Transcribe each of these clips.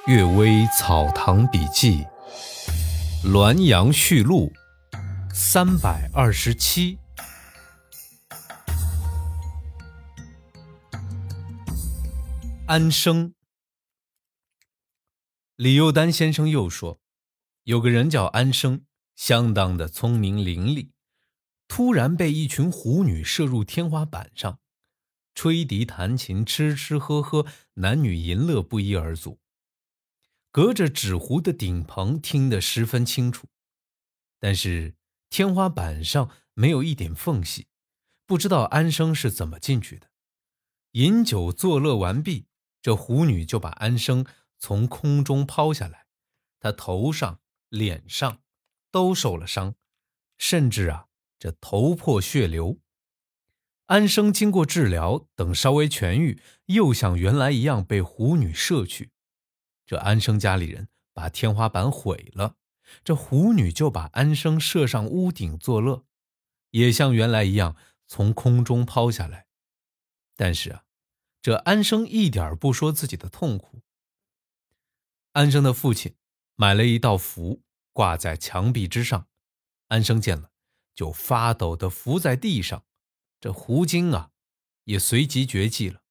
岳微草堂笔记滦阳序录327。安生。李幼丹先生又说，有个人叫安生，相当的聪明伶俐，突然被一群狐女射入天花板上，吹笛弹琴，吃吃喝喝，男女淫乐不一而足。隔着纸糊的顶棚听得十分清楚，但是天花板上没有一点缝隙，不知道安生是怎么进去的。饮酒作乐完毕，这狐女就把安生从空中抛下来，他头上脸上都受了伤，甚至这头破血流。安生经过治疗，等稍微痊愈，又像原来一样被狐女射去。这安生家里人把天花板毁了，这狐女就把安生射上屋顶作乐，也像原来一样从空中抛下来。但是这安生一点不说自己的痛苦。安生的父亲买了一道符挂在墙壁之上，安生见了就发抖地伏在地上，这狐精也随即绝迹了。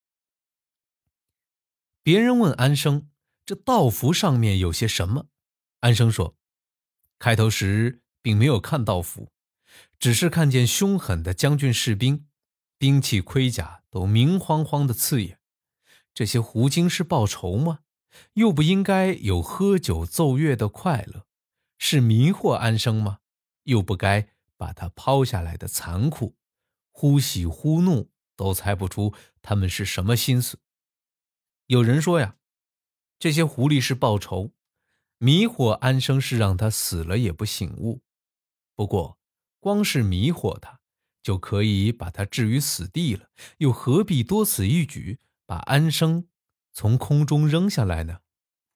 别人问安生这道符上面有些什么，安生说，开头时并没有看道符，只是看见凶狠的将军士兵，兵器盔甲都明晃晃的刺眼。这些狐精是报仇吗？又不应该有喝酒奏乐的快乐，是迷惑安生吗？又不该把他抛下来的残酷，忽喜忽怒都猜不出他们是什么心思。有人说这些狐狸是报仇，迷惑安生是让他死了也不醒悟。不过光是迷惑他就可以把他置于死地了，又何必多此一举把安生从空中扔下来呢？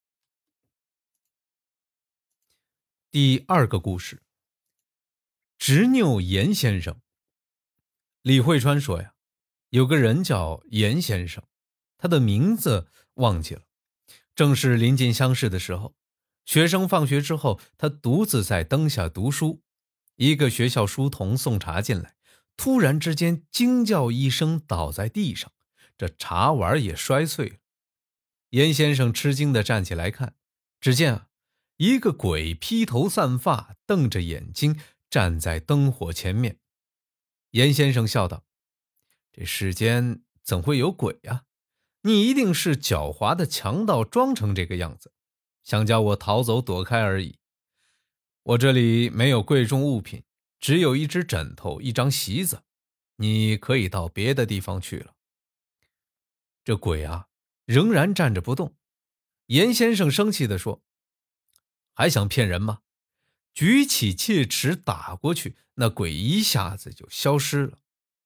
第二个故事，执拗严先生。李慧川说有个人叫严先生，他的名字忘记了。正是临近乡试的时候，学生放学之后，他独自在灯下读书，一个学校书童送茶进来，突然之间惊叫一声倒在地上，这茶碗也摔碎了。严先生吃惊地站起来看，只见一个鬼披头散发，瞪着眼睛站在灯火前面。严先生笑道，这世间怎会有鬼你一定是狡猾的强盗装成这个样子，想叫我逃走躲开而已。我这里没有贵重物品，只有一只枕头，一张席子，你可以到别的地方去了。这鬼仍然站着不动。严先生生气地说，还想骗人吗？举起切齿打过去，那鬼一下子就消失了。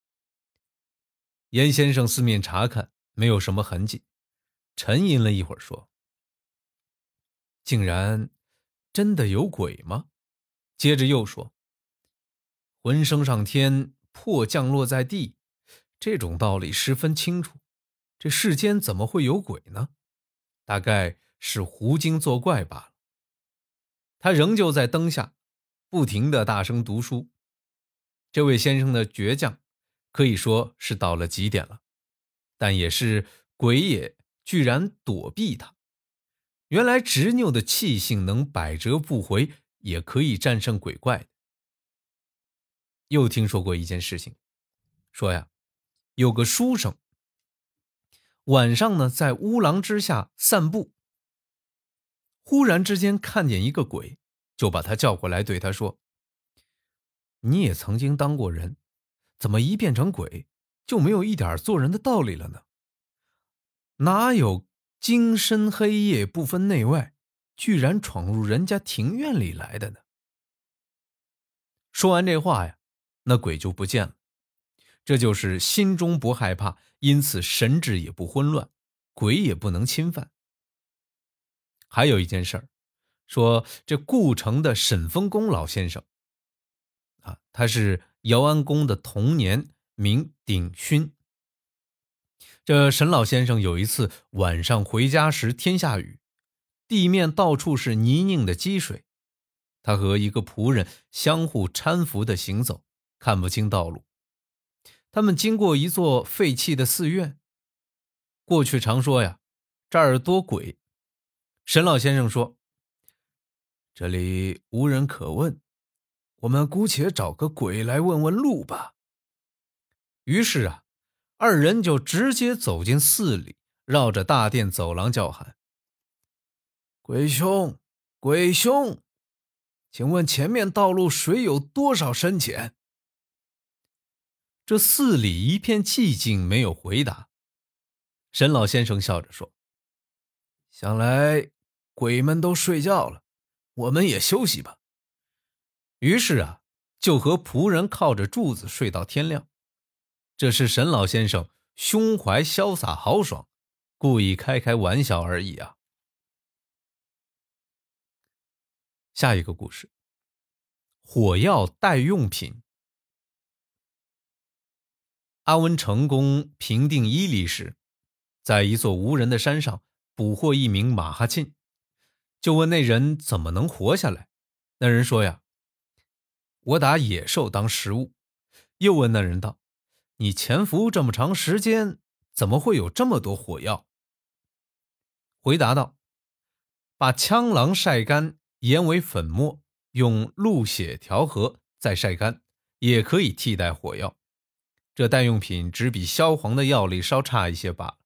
严先生四面查看，没有什么痕迹，沉吟了一会儿说，竟然真的有鬼吗？接着又说，魂升上天，魄降落在地，这种道理十分清楚，这世间怎么会有鬼呢？大概是狐精作怪罢了。他仍旧在灯下不停地大声读书。这位先生的倔强可以说是到了极点了，但也是鬼也居然躲避他。原来执拗的气性能百折不回，也可以战胜鬼怪的。又听说过一件事情，说有个书生晚上呢在屋廊之下散步，忽然之间看见一个鬼，就把他叫过来，对他说，你也曾经当过人，怎么一变成鬼就没有一点做人的道理了呢？哪有今深黑夜不分内外，居然闯入人家庭院里来的呢？说完这话那鬼就不见了。这就是心中不害怕，因此神智也不混乱，鬼也不能侵犯。还有一件事儿，说这故城的沈丰公老先生他是姚安公的童年，名鼎勋。这沈老先生有一次晚上回家时天下雨， 地面到处是泥泞的积水。他和一个仆人相互搀扶地行走，看不清道路。他们经过一座废弃的寺院。过去常说呀，这儿多鬼。沈老先生说，这里无人可问，我们姑且找个鬼来问问路吧。于是啊，二人就直接走进寺里，绕着大殿走廊叫喊：鬼兄，鬼兄，请问前面道路水有多少深浅？这寺里一片寂静，没有回答。沈老先生笑着说，想来鬼们都睡觉了，我们也休息吧。于是啊，就和仆人靠着柱子睡到天亮。这是沈老先生胸怀潇洒豪爽，故意开开玩笑而已啊。下一个故事，火药代用品。阿温成功平定伊犁时，在一座无人的山上捕获一名马哈沁，就问那人怎么能活下来。那人说呀，我打野兽当食物。又问那人道，你潜伏这么长时间，怎么会有这么多火药？回答道，把枪狼晒干，研为粉末，用鹿血调和，再晒干，也可以替代火药。这代用品只比萧煌的药力稍差一些罢了。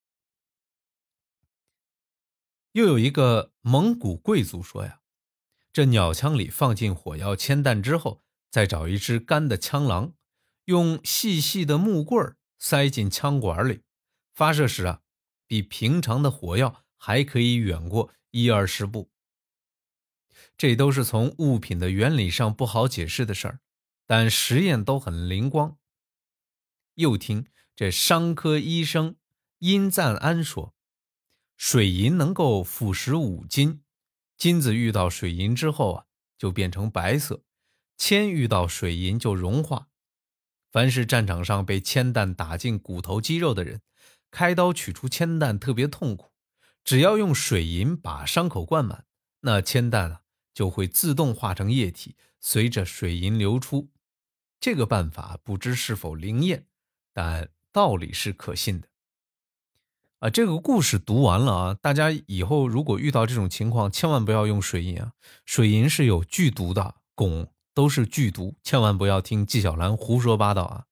又有一个蒙古贵族说呀，这鸟枪里放进火药铅弹之后，再找一只干的枪狼，用细细的木棍塞进枪管里，发射时啊，比平常的火药还可以远过10-20步。这都是从物品的原理上不好解释的事儿，但实验都很灵光。又听这伤科医生殷赞安说，水银能够腐蚀五金，金子遇到水银之后啊，就变成白色，铅遇到水银就融化。凡是战场上被铅弹打进骨头肌肉的人，开刀取出铅弹特别痛苦，只要用水银把伤口灌满，那铅弹啊就会自动化成液体，随着水银流出。这个办法不知是否灵验，但道理是可信的。这个故事读完了啊，大家以后如果遇到这种情况，千万不要用水银啊，水银是有剧毒的，汞都是剧毒，千万不要听纪晓岚胡说八道啊。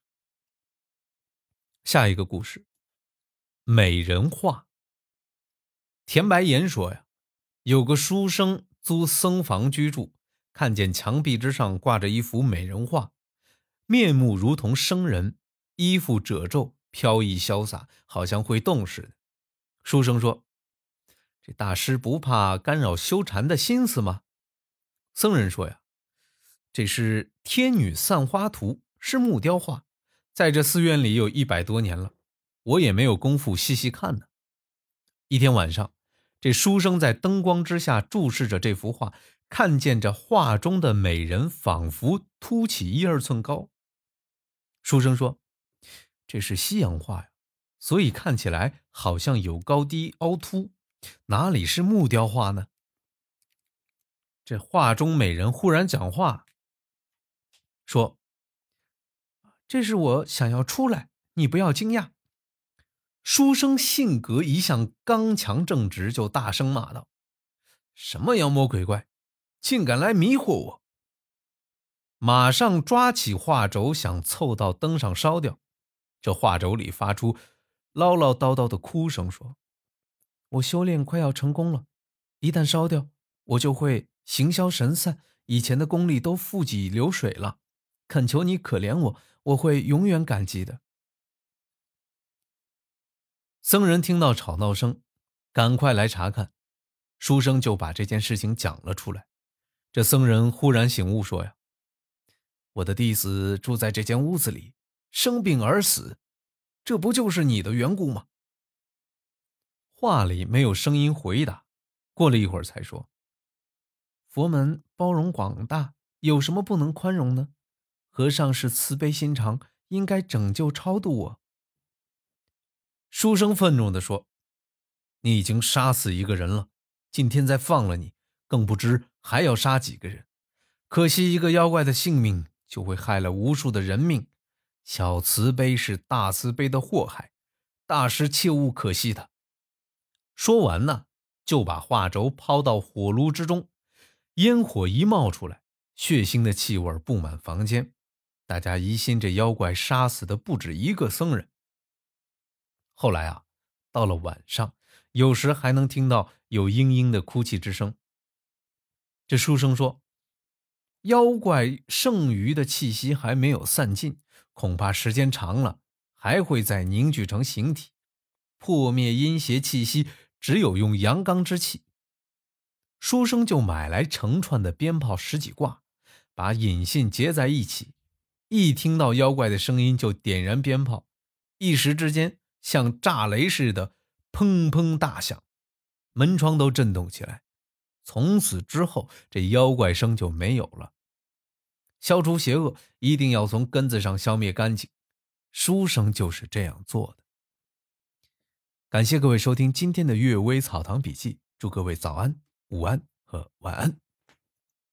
下一个故事，美人画。田白岩说呀，有个书生租僧房居住，看见墙壁之上挂着一幅美人画，面目如同生人，衣服褶皱，飘逸潇洒，好像会动似的。书生说，这大师不怕干扰修禅的心思吗？僧人说呀，这是天女散花图，是木雕画，在这寺院里有100多年了，我也没有功夫细细看呢。一天晚上，这书生在灯光之下注视着这幅画，看见这画中的美人仿佛凸起1-2寸高。书生说，这是西洋画呀，所以看起来好像有高低凹凸，哪里是木雕画呢？这画中美人忽然讲话说，这是我想要出来，你不要惊讶。书生性格一向刚强正直，就大声骂道，什么妖魔鬼怪，竟敢来迷惑我！马上抓起画轴想凑到灯上烧掉，这画轴里发出唠唠叨叨的哭声，说，我修炼快要成功了，一旦烧掉，我就会形销神散，以前的功力都付给流水了，恳求你可怜我，我会永远感激的。僧人听到吵闹声，赶快来查看，书生就把这件事情讲了出来。这僧人忽然醒悟说呀，我的弟子住在这间屋子里，生病而死，这不就是你的缘故吗？话里没有声音回答，过了一会儿才说，佛门包容广大，有什么不能宽容呢？和尚是慈悲心肠，应该拯救超度我。书生愤怒地说，你已经杀死一个人了， 今天再放了你，更不知还要杀几个人。可惜一个妖怪的性命，就会害了无数的人命。小慈悲是大慈悲的祸害，大师切勿可惜他。说完呢，就把画轴抛到火炉之中，烟火一冒出来，血腥的气味布满房间。大家疑心这妖怪杀死的不止一个僧人。后来啊，到了晚上，有时还能听到有嘤嘤的哭泣之声。这书生说，妖怪剩余的气息还没有散尽，恐怕时间长了还会再凝聚成形体。破灭阴邪气息，只有用阳刚之气。书生就买来成串的鞭炮10几挂，把引信结在一起，一听到妖怪的声音就点燃鞭炮，一时之间像炸雷似的砰砰大响，门窗都震动起来。从此之后，这妖怪声就没有了。消除邪恶，一定要从根子上消灭干净。书生就是这样做的。感谢各位收听今天的阅微草堂笔记，祝各位早安、午安和晚安。